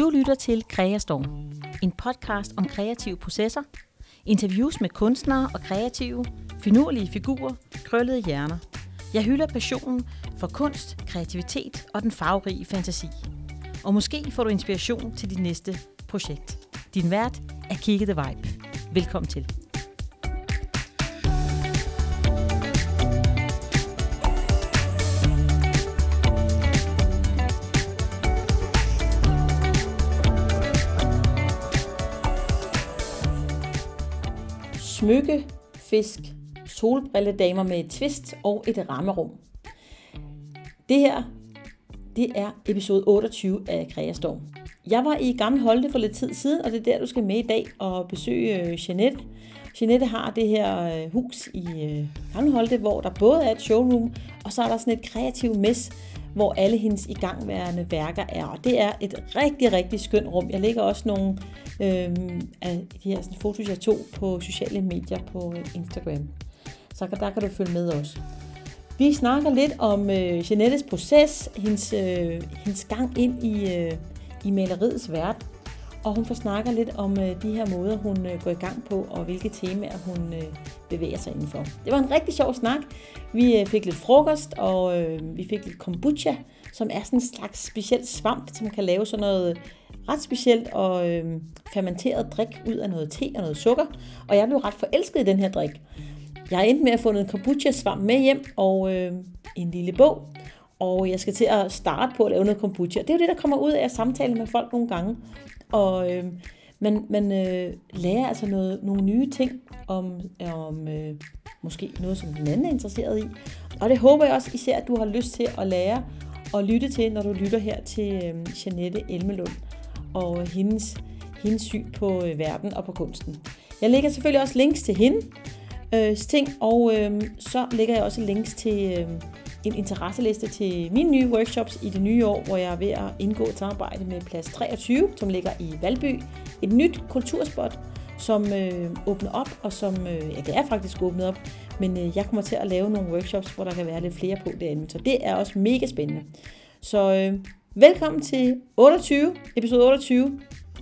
Du lytter til Kreastorm, en podcast om kreative processer, interviews med kunstnere og kreative, finurlige figurer, krøllede hjerner. Jeg hylder passionen for kunst, kreativitet og den farverige fantasi. Og måske får du inspiration til dit næste projekt. Din vært er Kikki The Vibe. Velkommen til. Smykke, fisk, solbrilledamer med et twist og et rammerum. Det her, det er episode 28 af Kreastorm. Jeg var i Gamle Holte for lidt tid siden, og det er der, du skal med i dag og besøge Jeanette. Jeanette har det her hus i Gamle Holte, hvor der både er et showroom, og så er der sådan et kreativt mess, hvor alle hendes igangværende værker er. Og det er et rigtig, rigtig skønt rum. Jeg lægger også nogle af de her sådan, fotos, jeg tog på sociale medier på Instagram. Så der kan du følge med også. Vi snakker lidt om Jeanettes proces, hendes gang ind i maleriets verden. Og hun får snakket lidt om de her måder, hun går i gang på, og hvilke temaer hun bevæger sig indenfor. Det var en rigtig sjov snak. Vi fik lidt frokost, og vi fik lidt kombucha, som er sådan en slags speciel svamp, som kan lave sådan noget ret specielt og fermenteret drik ud af noget te og noget sukker. Og jeg blev ret forelsket i den her drik. Jeg har endt med at få en kombucha-svamp med hjem og en lille bog. Og jeg skal til at starte på at lave noget kombucha. Det er jo det, der kommer ud af at samtale med folk nogle gange. Og man lærer altså nogle nye ting om måske noget, som den anden er interesseret i. Og det håber jeg også især, at du har lyst til at lære og lytte til, når du lytter her til Jeanette Elmelund og hendes syn på verden og på kunsten. Jeg lægger selvfølgelig også links til hendes ting, og så lægger jeg også links til en interesseliste til mine nye workshops i det nye år, hvor jeg er ved at indgå et samarbejde med Plads 23, som ligger i Valby. Et nyt kulturspot, som åbner op, og som, det er faktisk åbnet op, men jeg kommer til at lave nogle workshops, hvor der kan være lidt flere på derinde, så det er også mega spændende. Så velkommen til episode 28.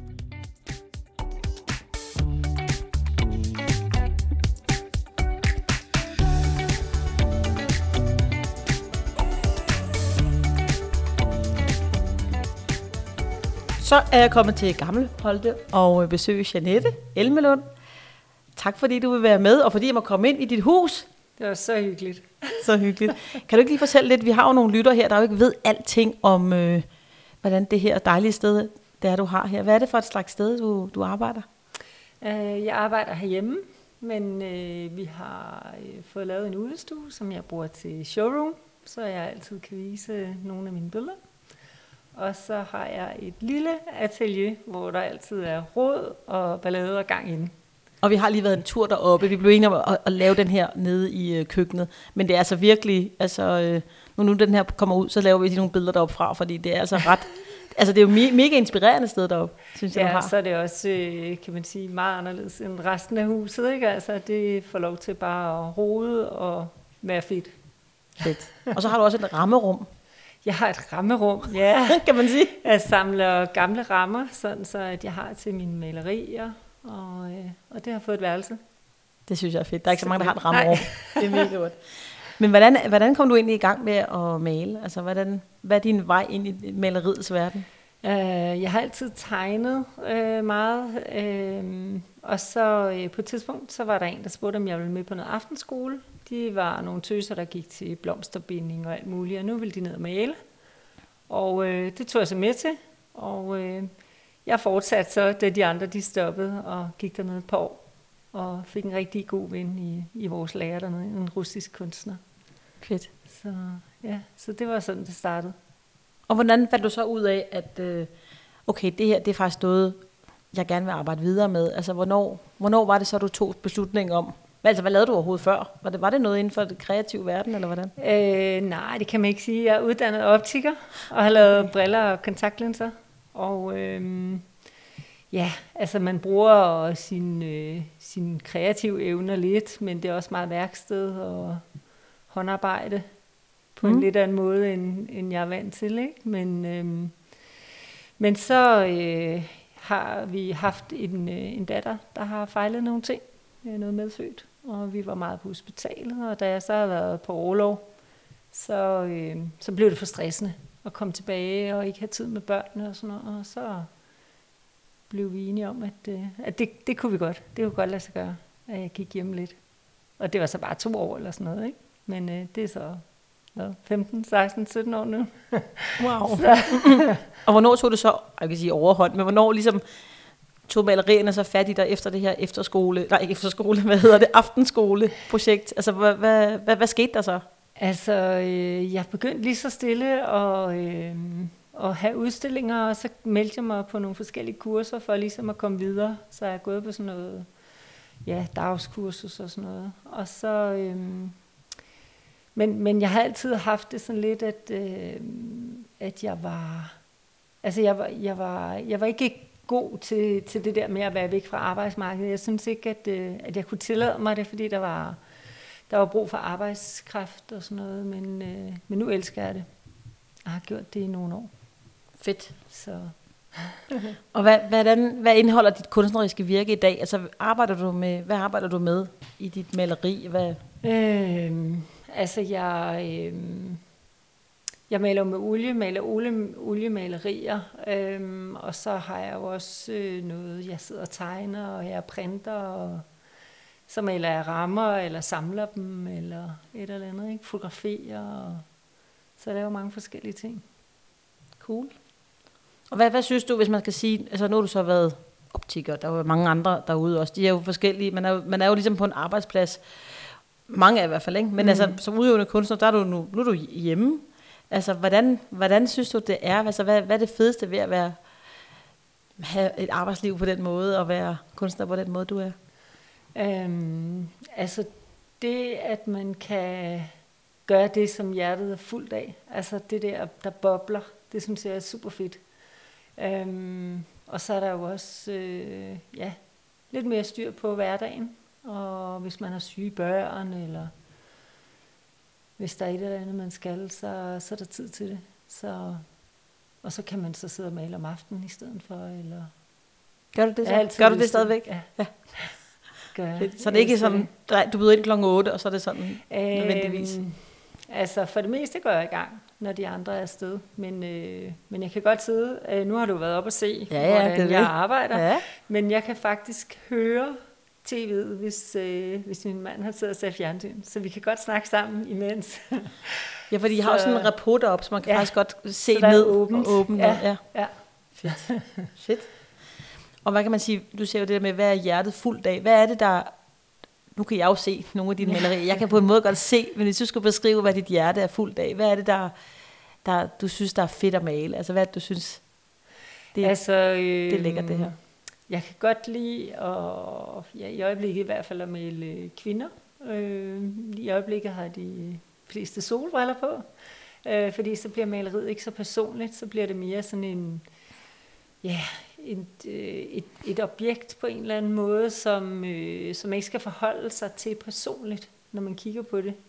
Så er jeg kommet til Gamle Holte og besøge Jeanette Elmelund. Tak fordi du vil være med, og fordi jeg må komme ind i dit hus. Det var så hyggeligt. Så hyggeligt. Kan du ikke lige fortælle lidt? Vi har jo nogle lytter her, der jo ikke ved alting om, hvordan det her dejlige sted, det er, du har her. Hvad er det for et slags sted, du arbejder? Jeg arbejder herhjemme, men vi har fået lavet en udestue, som jeg bruger til showroom, så jeg altid kan vise nogle af mine billeder. Og så har jeg et lille atelier, hvor der altid er råd og ballade og gang inde. Og vi har lige været en tur deroppe. Vi blev enige om at lave den her nede i køkkenet. Men det er altså virkelig, når nu den her kommer ud, så laver vi nogle billeder deroppe fra, fordi det er altså ret, altså det er jo mega inspirerende sted deroppe, synes jeg, du har. Ja, så er det også, kan man sige, meget anderledes end resten af huset, ikke? Altså det får lov til bare at rode og være fedt. Fedt. Og så har du også et rammerum. Jeg har et rammerum, ja, kan man sige. Jeg samler gamle rammer, sådan så at jeg har til mine malerier, og det har fået et værelse. Det synes jeg er fedt. Der er ikke så mange, der har et rammerum. Det er mega godt. Men hvordan kom du egentlig i gang med at male? Altså, hvad er din vej ind i maleriets verden? Jeg har altid tegnet meget, og så på et tidspunkt, så var der en, der spurgte, om jeg ville med på noget aftenskole. De var nogle tøser, der gik til blomsterbinding og alt muligt, og nu ville de ned og male. Og det tog jeg så med til, og jeg fortsatte så, da de andre de stoppede og gik dernede et par år, og fik en rigtig god ven i vores lærer dernede, en russisk kunstner. Fedt. Så det var sådan, det startede. Og hvordan fandt du så ud af, at okay, det her det er faktisk noget, jeg gerne vil arbejde videre med? Altså, hvornår var det så, du tog beslutningen om? Altså, hvad lavede du overhovedet før? Var det noget inden for den kreative verden, eller hvordan? Nej, det kan man ikke sige. Jeg er uddannet optiker, og har lavet briller og kontaktlinser. Og altså man bruger sin kreative evner lidt, men det er også meget værksted og håndarbejde på en lidt anden måde, end jeg er vant til, ikke? Men så har vi haft en datter, der har fejlet nogle ting, noget medfødt, og vi var meget på hospitalet, og da jeg så har været på orlov, så blev det for stressende at komme tilbage og ikke have tid med børnene og sådan noget, og så blev vi enige om, at det kunne vi godt. Det kunne godt lade sig gøre, at jeg gik hjem lidt. Og det var så bare 2 år eller sådan noget, ikke? Men det er så 15, 16, 17 år nu. Wow. Og hvornår tog det så, jeg kan sige overhånd, men hvornår ligesom tog malerierne så fat i dig efter det her aftenskoleprojekt? Altså, hvad skete der så? Altså, jeg begyndte lige så stille at have udstillinger, og så meldte jeg mig på nogle forskellige kurser for ligesom at komme videre. Så jeg er gået på sådan noget, dagskursus og sådan noget. Og så, men jeg har altid haft det sådan lidt, at jeg var ikke god til det der med at være væk fra arbejdsmarkedet. Jeg synes ikke, at jeg kunne tillade mig det, fordi der var brug for arbejdskraft og sådan noget, men nu elsker jeg det. Jeg har gjort det i nogle år. Fedt. Så. Og hvad indeholder dit kunstneriske virke i dag? Altså, hvad arbejder du med i dit maleri? Jeg maler med oliemalerier, og så har jeg jo også noget, jeg sidder og tegner, og jeg printer, og så maler jeg rammer, eller samler dem, eller et eller andet, ikke? Fotograferer, og så jeg laver mange forskellige ting. Cool. Og hvad synes du, hvis man skal sige, altså nu har du så været optiker, der er jo mange andre derude også, de er jo forskellige, man er jo ligesom på en arbejdsplads, mange er i hvert fald, ikke? Men altså, som udøvende kunstner, der er du nu er du hjemme. Altså, hvordan synes du, det er? Altså, hvad er det fedeste ved at have et arbejdsliv på den måde, og være kunstner på den måde, du er? Altså, det, at man kan gøre det, som hjertet er fuldt af, altså det der bobler, det synes jeg er super fedt. Og så er der jo også lidt mere styr på hverdagen, og hvis man har syge børn, eller hvis der er et eller andet, man skal, så er der tid til det. Og så kan man så sidde og male om aftenen i stedet for, eller... Gør du det så? Gør du det stadigvæk? Ja. Så det er ikke sådan, du byder ind 8:00, og så er det sådan nødvendigvis? Altså, for det meste går jeg i gang, når de andre er afsted. Men jeg kan godt sidde... nu har du været op og se, hvordan jeg arbejder. Ja. Men jeg kan faktisk høre tv'et, hvis min mand har siddet og set fjernsyn. Så vi kan godt snakke sammen imens. Ja, fordi jeg har også sådan en rapport op, så man kan faktisk godt se ned og åbne. Ja. Fedt. Og hvad kan man sige, du ser jo det der med, hvad er hjertet fuldt af? Hvad er det, der... Nu kan jeg jo se nogle af dine malerier. Jeg kan på en måde godt se, men hvis du skulle beskrive, hvad dit hjerte er fuldt af, hvad er det, der du synes, der er fedt at male? Altså, hvad er det, du synes, det er lækkert, det her? Jeg kan godt lide, og i øjeblikket i hvert fald, at male kvinder. I øjeblikket har de fleste solbriller på, fordi så bliver maleriet ikke så personligt, så bliver det mere sådan et objekt på en eller anden måde, som ikke skal forholde sig til personligt, når man kigger på det.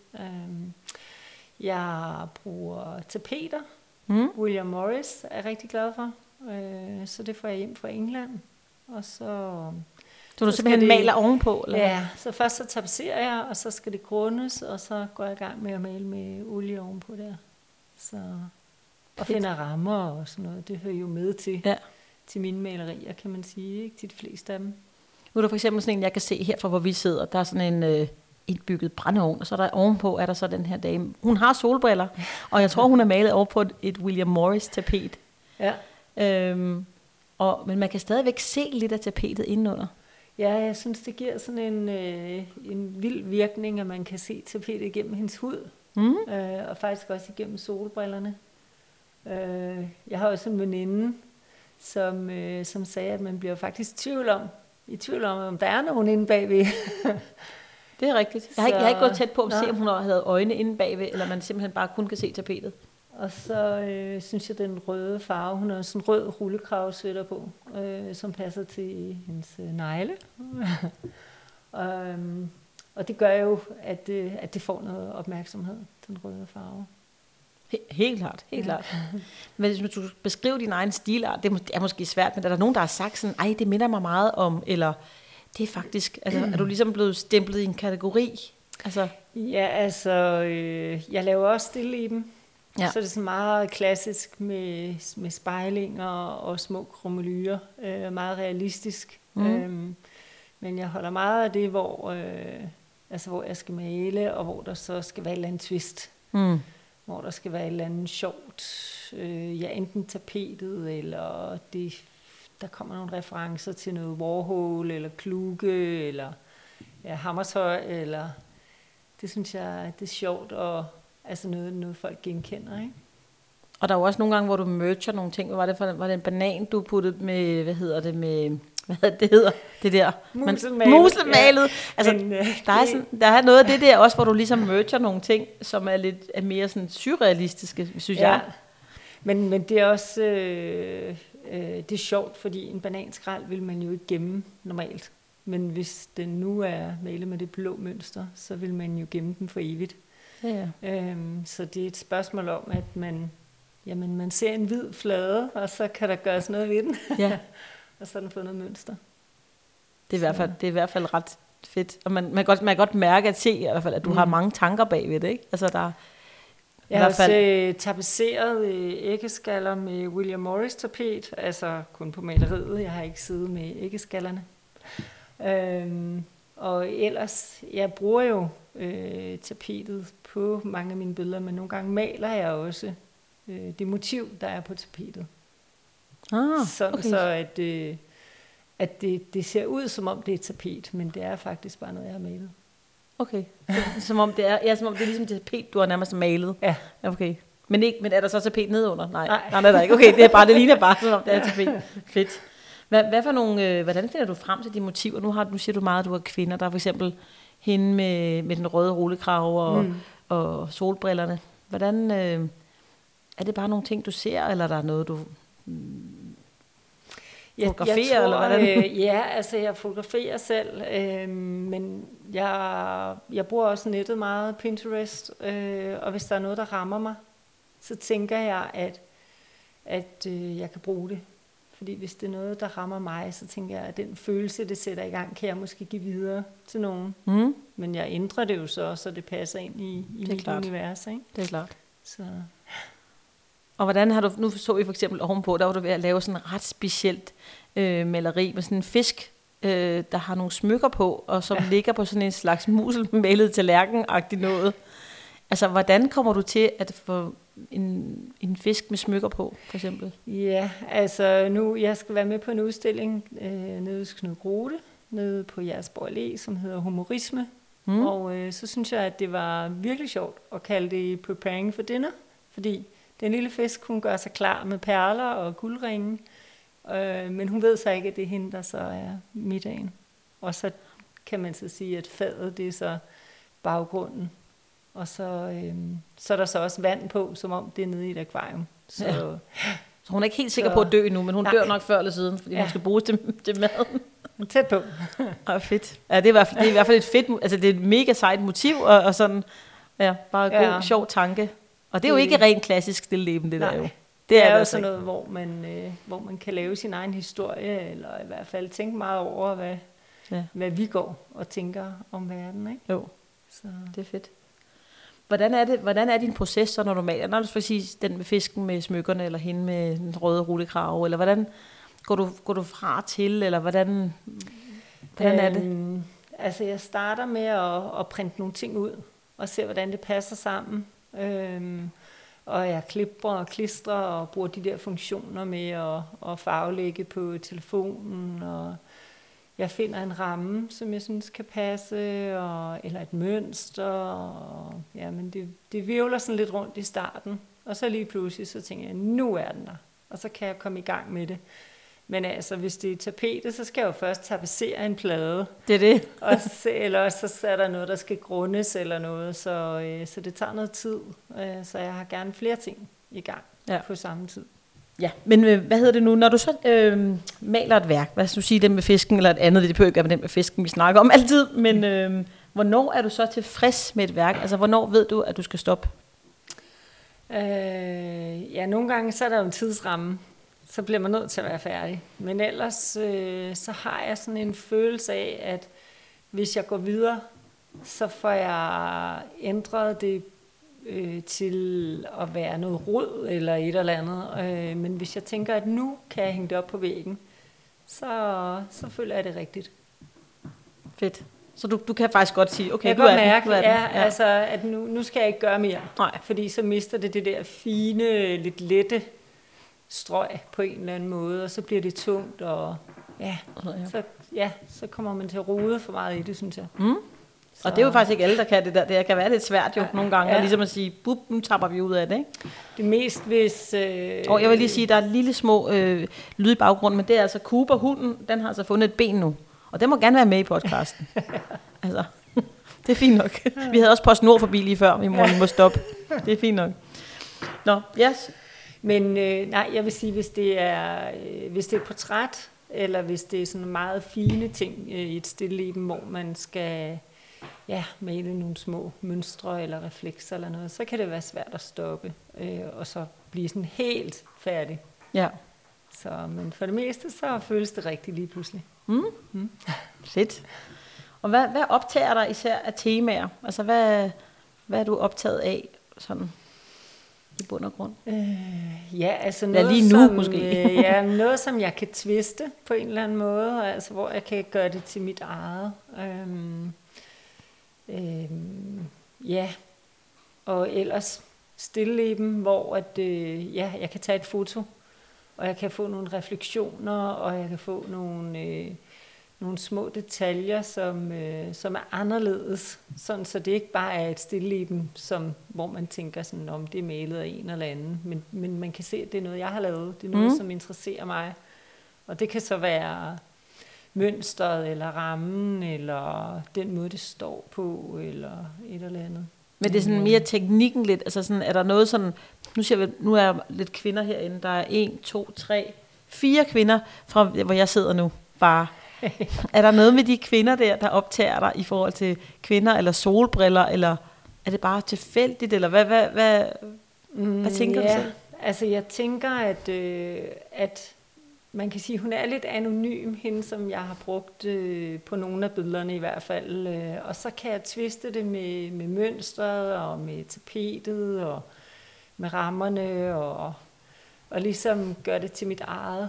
Jeg bruger tapeter. William Morris er jeg rigtig glad for, så det får jeg hjem fra England. Og så du simpelthen maler ovenpå? Eller? Ja, så først så tapetserer jeg, og så skal det grundes, og så går jeg i gang med at male med olie ovenpå der. Og finder rammer og sådan noget, det hører jo med til mine malerier, kan man sige, ikke? Til de fleste af dem. Nu er der for eksempel sådan en, jeg kan se herfra, hvor vi sidder, der er sådan en indbygget brændeovn, og så er der ovenpå, er der så den her dame. Hun har solbriller, og jeg tror, hun er malet over på et William Morris tapet. Ja. Men man kan stadigvæk se lidt af tapetet indenunder. Ja, jeg synes, det giver sådan en vild virkning, at man kan se tapetet igennem hendes hud, og faktisk også igennem solbrillerne. Jeg har også en veninde, som sagde, at man bliver faktisk i tvivl om der er nogen inde bagved. Det er rigtigt. Jeg har ikke gået tæt på at se, om hun havde øjne inde bagved, eller man simpelthen bare kun kan se tapetet. Og så synes jeg, den røde farve, hun har sådan en rød rullekravsvætter på, som passer til hendes negle. Og det gør jo, at det får noget opmærksomhed, den røde farve. Helt klart, helt klart. Men hvis du beskriver din egen stilart, det er måske svært, men er der nogen, der har sagt sådan, ej, det minder mig meget om, eller det er faktisk, altså, er du ligesom blevet stemplet i en kategori? Altså. Ja, altså, jeg laver også stille i dem. Ja. Så er det sådan meget klassisk med spejlinger og små krumelyrer. Meget realistisk. Men jeg holder meget af det, hvor jeg skal male, og hvor der så skal være et eller andet twist. Hvor der skal være et eller andet sjovt. Enten tapetet, eller der kommer nogle referencer til noget Warhol, eller Kluge, eller Hammershøi, eller... Det synes jeg, det er sjovt, og altså noget folk genkender, ikke? Og der er jo også nogle gange, hvor du merger nogle ting. Var det en banan, du puttede med, hvad hedder det der? Muselmalet. Ja. Altså, der er noget af det der også, hvor du ligesom merger nogle ting, som er mere sådan surrealistiske, synes jeg. Men det er også det er sjovt, fordi en bananskrald vil man jo ikke gemme normalt. Men hvis den nu er malet med det blå mønster, så vil man jo gemme den for evigt. Ja. Så det er et spørgsmål om, at man ser en hvid flade, og så kan der gøres noget ved den. Ja. Og så er den fået noget mønster. Det er i hvert fald ret fedt. Og man kan godt mærke i hvert fald, at du har mange tanker bagved det, ikke? Altså der. Jeg har også tapetseret æggeskaller med William Morris tapet, altså kun på maleriet. Jeg har ikke siddet med æggeskallerne. Og ellers, jeg bruger jo tapetet på mange af mine billeder, men nogle gange maler jeg også det motiv, der er på tapetet. Sådan okay. Så at det ser ud, som om det er et tapet, men det er faktisk bare noget, jeg har malet. Okay, som om det er ligesom det tapet, du har nærmest malet. Ja. Okay. Men er der så tapet nedenunder? Nej, der er ikke. Okay, det ligner bare, som om det er tapet. Fedt. Hvad for nogle, hvordan finder du frem til de motiver? Nu siger du meget, at du har kvinder. Der er for eksempel hende med den røde rullekrave og solbrillerne. Hvordan, er det bare nogle ting, du ser, eller er der noget, du fotograferer? Jeg tror, eller hvordan? Jeg fotograferer selv, men jeg bruger også nettet meget, Pinterest, og hvis der er noget, der rammer mig, så tænker jeg, at jeg kan bruge det. Fordi hvis det er noget, der rammer mig, så tænker jeg, at den følelse, det sætter i gang, kan jeg måske give videre til nogen. Men jeg ændrer det jo så det passer ind i mit univers. Ikke? Det er klart. Så. Og hvordan har du, nu så vi for eksempel ovenpå, der var du ved at lave sådan en ret specielt maleri med sådan en fisk, der har nogle smykker på, og som ligger på sådan en slags muselmalet tallerken-agtigt noget. Altså, hvordan kommer du til at få en fisk med smykker på, for eksempel? Ja, altså nu, jeg skal være med på en udstilling nede hos Knud Grote, nede på Jægersborg Allé, som hedder Humorisme. Og så synes jeg, at det var virkelig sjovt at kalde det Preparing for Dinner, fordi den lille fisk, hun gør sig klar med perler og guldringe, men hun ved så ikke, at det er hende, der så er middagen. Og så kan man så sige, at fadet, det er så baggrunden. Og så er der så også vand på, som om det er nede i et akvarium. Så hun er ikke helt sikker på at dø nu, men hun dør nok før eller siden, fordi hun skal bruges til maden. Tæt på. Fedt. Ja, det er i hvert fald et fedt, altså det er et mega sejt motiv, og sådan, bare god, sjov tanke. Og det er jo ikke rent klassisk stilleben, det der jo. Det er jo sådan noget, hvor man kan lave sin egen historie, eller i hvert fald tænke meget over, hvad vi går og tænker om verden, ikke? Jo, så. Det er fedt. Hvordan er din proces, så når du maler? Når du får sige den med fisken med smykkerne, eller hende med den røde rullekrave, eller hvordan går du fra til, eller hvordan er det? Altså jeg starter med at printe nogle ting ud, og se hvordan det passer sammen. Og jeg klipper og klistrer, og bruger de der funktioner med at farvelægge på telefonen, og jeg finder en ramme, som jeg synes kan passe, eller et mønster. Men det virvler sådan lidt rundt i starten. Og så lige pludselig, så tænker jeg, nu er den der. Og så kan jeg komme i gang med det. Men altså, hvis det er tapetet, så skal jeg jo først tapetsere en plade. Det er det. Eller så er der noget, der skal grundes eller noget. Så det tager noget tid. Så jeg har gerne flere ting i gang på samme tid. Ja, men hvad hedder det nu, når du så maler et værk, hvad skal du sige, den med fisken, eller et andet, det behøver ikke være den med fisken, vi snakker om altid, men hvornår er du så tilfreds med et værk? Altså, hvornår ved du, at du skal stoppe? Ja, nogle gange så er der jo en tidsramme, så bliver man nødt til at være færdig. Men ellers så har jeg sådan en følelse af, at hvis jeg går videre, så får jeg ændret det til at være noget rod eller et eller andet. Men hvis jeg tænker, at nu kan jeg hænge det op på væggen, så føler jeg det rigtigt. Fedt. Så du kan faktisk godt sige, okay, jeg du er mærke, den. Ja, altså, at nu skal jeg ikke gøre mere. Nej. Fordi så mister det der fine, lidt lette strøg på en eller anden måde, og så bliver det tungt, og så kommer man til at rode for meget i det, synes jeg. Mm. Og det er jo faktisk ikke alle, der kan det der. Det kan være lidt svært jo nogle gange, ligesom at sige, nu tapper vi ud af det, ikke? Det mest hvis... Og jeg vil lige sige, der er lille små lyd i baggrunden, men det er altså Cooper, hunden, den har altså fundet et ben nu. Og den må gerne være med i podcasten. Altså, det er fint nok. Vi havde også PostNord forbi lige før, vi må stoppe. Det er fint nok. Nå, yes. Men nej, jeg vil sige, hvis det er et portræt, eller hvis det er sådan meget fine ting i et stilleben, hvor man skal male nogle små mønstre eller reflekser eller noget, så kan det være svært at stoppe, og så blive sådan helt færdig. Ja. Så, men for det meste, så føles det rigtigt lige pludselig. Fedt. Og hvad optager dig især af temaer? Altså, hvad er du optaget af sådan i bund og grund? Altså noget, lige nu som, måske. Noget, som jeg kan twiste på en eller anden måde, altså hvor jeg kan gøre det til mit eget. Og ellers stilleben, hvor at, jeg kan tage et foto, og jeg kan få nogle refleksioner, og jeg kan få nogle små detaljer, som er anderledes, sådan, så det ikke bare er et stilleben, hvor man tænker, sådan, om det er malet af en eller anden, men man kan se, at det er noget, jeg har lavet, det er noget, som interesserer mig, og det kan så være mønstret, eller rammen, eller den måde, det står på, eller et eller andet. Men det er sådan mere teknikken lidt, altså sådan, er der noget sådan, nu er jeg lidt kvinder herinde, der er 1, 2, 3, 4 kvinder, fra hvor jeg sidder nu, bare. Er der noget med de kvinder der optager dig i forhold til kvinder, eller solbriller, eller er det bare tilfældigt, eller hvad tænker du selv? Altså jeg tænker, at man kan sige, at hun er lidt anonym, hende som jeg har brugt på nogle af billederne i hvert fald. Og så kan jeg twiste det med mønstret og med tapetet og med rammerne og ligesom gøre det til mit eget.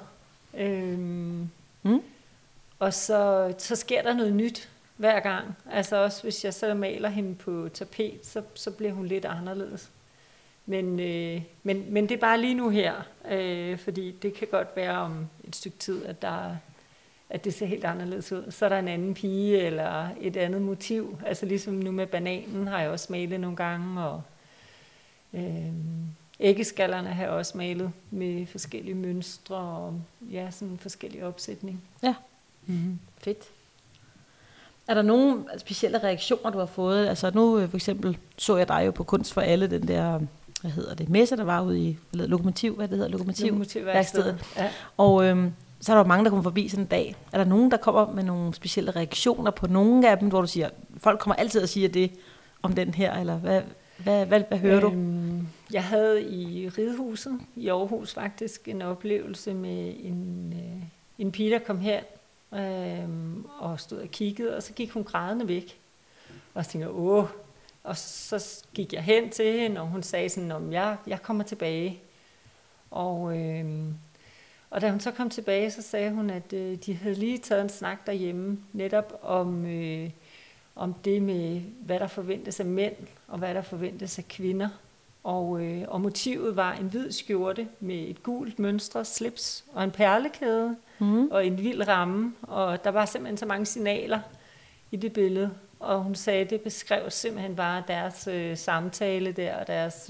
Og så sker der noget nyt hver gang. Altså også hvis jeg så maler hende på tapet, så bliver hun lidt anderledes. Men det er bare lige nu her, fordi det kan godt være om et stykke tid, at det ser helt anderledes ud. Så er der en anden pige eller et andet motiv. Altså ligesom nu med bananen har jeg også malet nogle gange, og æggeskallerne har jeg også malet med forskellige mønstre og sådan forskellige opsætning. Ja, fedt. Er der nogle specielle reaktioner, du har fået? Altså nu for eksempel så jeg dig jo på Kunst for Alle, den der, hvad hedder det, messe, der var ude i Lokomotivværkstedet. Ja. Og så er der jo mange, der kommer forbi sådan en dag. Er der nogen, der kommer med nogle specielle reaktioner på nogle af dem, hvor du siger, folk kommer altid og siger det om den her, eller hvad hører du? Jeg havde i Ridehuset i Aarhus faktisk en oplevelse med en pige, der kom her og stod og kiggede, og så gik hun grædende væk. Og så tænkte jeg, og så gik jeg hen til hende, og hun sagde sådan, om jeg kommer tilbage. Og da hun så kom tilbage, så sagde hun, at de havde lige taget en snak derhjemme, netop om det med, hvad der forventes af mænd, og hvad der forventes af kvinder. Og motivet var en hvid skjorte med et gult mønstret slips og en perlekæde og en vild ramme. Og der var simpelthen så mange signaler i det billede. Og hun sagde, at det beskrev simpelthen bare deres samtale der, og deres,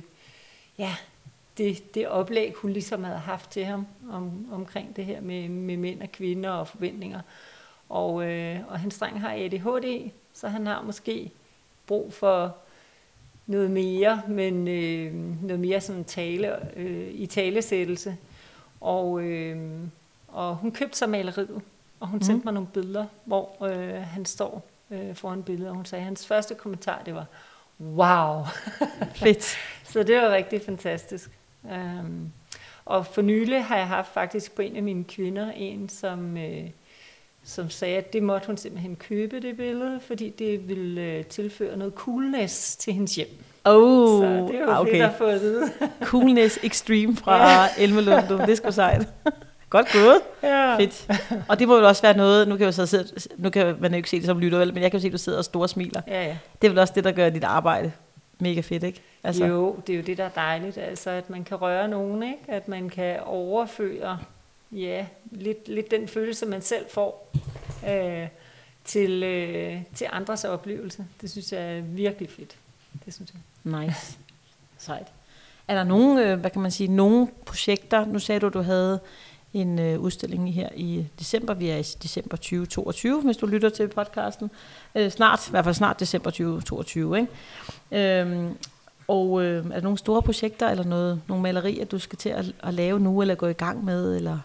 det oplæg, hun ligesom havde haft til ham omkring det her med mænd og kvinder og forventninger. Og hans dreng har ADHD, så han har måske brug for noget mere, men noget mere sådan i talesættelse. Og hun købte så maleriet, og hun sendte mig nogle billeder, hvor han står foran billedet, og hun sagde, at hans første kommentar, det var, wow. Fedt. Så det var rigtig fantastisk. Og for nylig har jeg haft faktisk på en af mine kvinder en, som sagde, at det måtte hun simpelthen købe det billede, fordi det ville tilføre noget coolness til hendes hjem. Så det er jo fedt at få at vide. Coolness Extreme fra Elmelund, det er sgu sejt. Godt gået. Ja. Fedt. Og det må jo også være noget, nu kan man jo ikke se det som lytter, men jeg kan jo se, at du sidder og store smiler. Ja. Det er vel også det, der gør dit arbejde mega fedt, ikke? Altså. Jo, det er jo det, der er dejligt, altså at man kan røre nogen, ikke? At man kan overføre lidt den følelse, man selv får til andres oplevelse. Det synes jeg er virkelig fedt. Det synes jeg. Nice. Sejt. Er der nogle projekter, nu sagde du havde en udstilling her i december, vi er i december 2022, hvis du lytter til podcasten, i hvert fald snart december 2022, ikke? Og er der nogle store projekter, eller nogle malerier, du skal til at lave nu, eller gå i gang med, eller?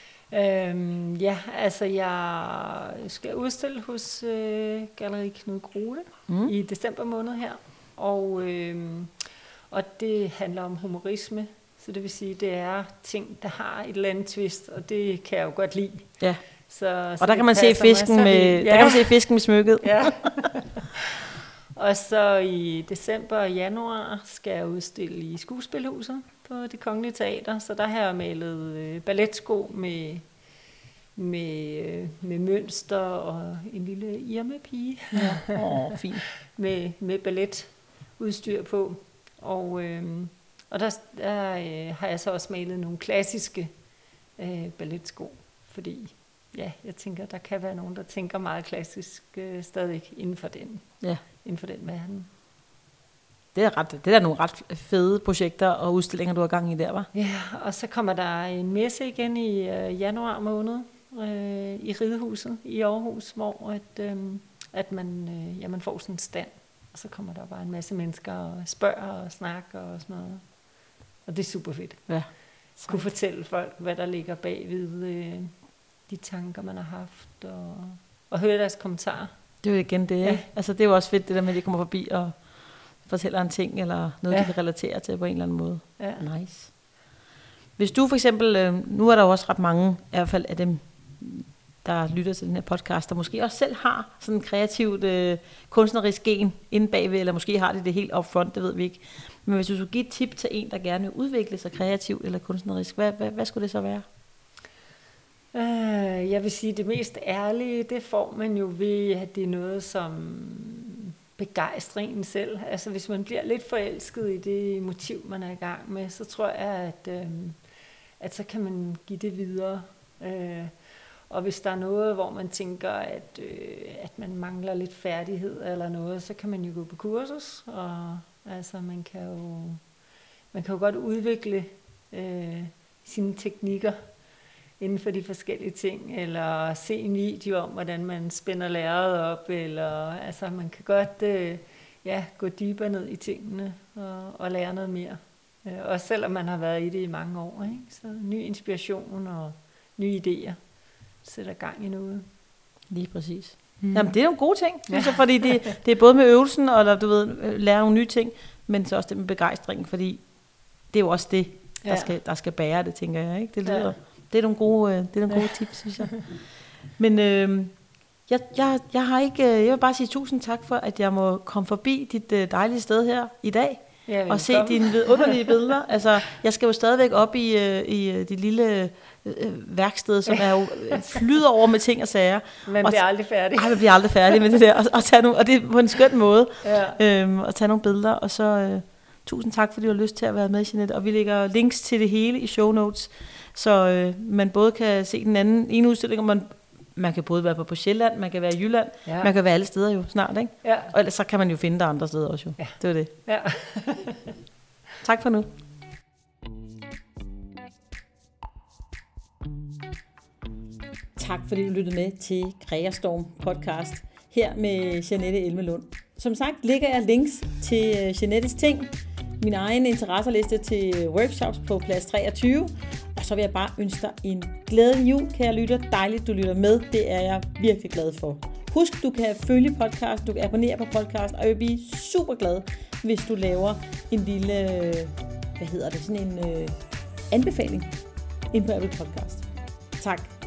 Altså jeg skal udstille hos Galleri Knud Grote i december måned her, og det handler om humorisme, så det vil sige, det er ting, der har et eller andet twist, og det kan jeg jo godt lide. Ja. Så og der kan man se fisken med smykket. Ja. Og så i december og januar skal jeg udstille i Skuespilhuset på Det Kongelige Teater, så der har jeg malet balletsko med mønster og en lille Irma-pige. Ja. Fint. med balletudstyr på. Og der har jeg så også malet nogle klassiske balletsko, fordi jeg tænker, der kan være nogen, der tænker meget klassisk stadig inden for den verden. Det er nogle ret fede projekter og udstillinger, du har gang i der, hva'? Ja, og så kommer der en messe igen i januar måned i Ridehuset i Aarhus, hvor at man får sådan en stand, og så kommer der bare en masse mennesker og spørger og snakker og sådan noget. Og det er super fedt. Ja. Kunne fortælle folk, hvad der ligger bagved de tanker, man har haft, og høre deres kommentarer. Det er jo igen det, ja. Altså det er jo også fedt, det der med, at de kommer forbi og fortæller en ting, eller noget, de kan relatere til på en eller anden måde. Ja. Nice. Hvis du for eksempel, nu er der jo også ret mange, i hvert fald af dem, der lytter til den her podcast, der måske også selv har sådan en kreativt kunstnerisk gen inde bagved, eller måske har det helt up front, det ved vi ikke. Men hvis du skulle give et tip til en, der gerne vil udvikle sig kreativt eller kunstnerisk, hvad skulle det så være? Jeg vil sige, det mest ærlige, det får man jo ved, at det er noget, som begejstrer en selv. Altså hvis man bliver lidt forelsket i det motiv, man er i gang med, så tror jeg, at så kan man give det videre. Og hvis der er noget, hvor man tænker, at man mangler lidt færdighed eller noget, så kan man jo gå på kursus. Og altså man kan jo godt udvikle sine teknikker inden for de forskellige ting, eller se en video om, hvordan man spænder lærredet op, eller altså man kan godt gå dybere ned i tingene og lære noget mere. Også selvom man har været i det i mange år, ikke? Så ny inspiration og nye idéer sætter gang i noget. Lige præcis. Jamen det er nogle gode ting, synes jeg, fordi det er både med øvelsen, og du ved, lære nogle nye ting, men så også det med begejstringen, fordi det er jo også det, der skal bære det, tænker jeg, ikke? Det er nogle gode tips, synes jeg. Men jeg vil bare sige tusind tak for, at jeg må komme forbi dit dejlige sted her i dag, og se dine vidunderlige billeder. Altså, jeg skal jo stadigvæk op i det lille værksted, som er jo flyder over med ting og sager. Man bliver aldrig færdig. Man bliver aldrig færdig med det der, og tage nogle, og det er på en skøn måde, at tage nogle billeder, og så tusind tak, fordi du har lyst til at være med, Jeanette, og vi lægger links til det hele i show notes, så man både kan se den ene udstilling, og man kan både være på Sjælland, man kan være i Jylland, man kan være alle steder jo snart, ikke? Ja. Og ellers så kan man jo finde der andre steder også jo. Ja. Det var det. Ja. Tak for nu. Tak fordi du lyttede med til Kreastorm podcast her med Jeanette Elmelund. Som sagt ligger jeg links til Jeanettes ting, min egen interesseliste til workshops på plads 23, og så vil jeg bare ønske dig en glædelig jul, kære lytter. Dejligt, du lytter med. Det er jeg virkelig glad for. Husk, du kan følge podcast, du kan abonnere på podcast, og jeg vil blive super glad, hvis du laver en lille, sådan en anbefaling ind på Apple Podcast. Tak.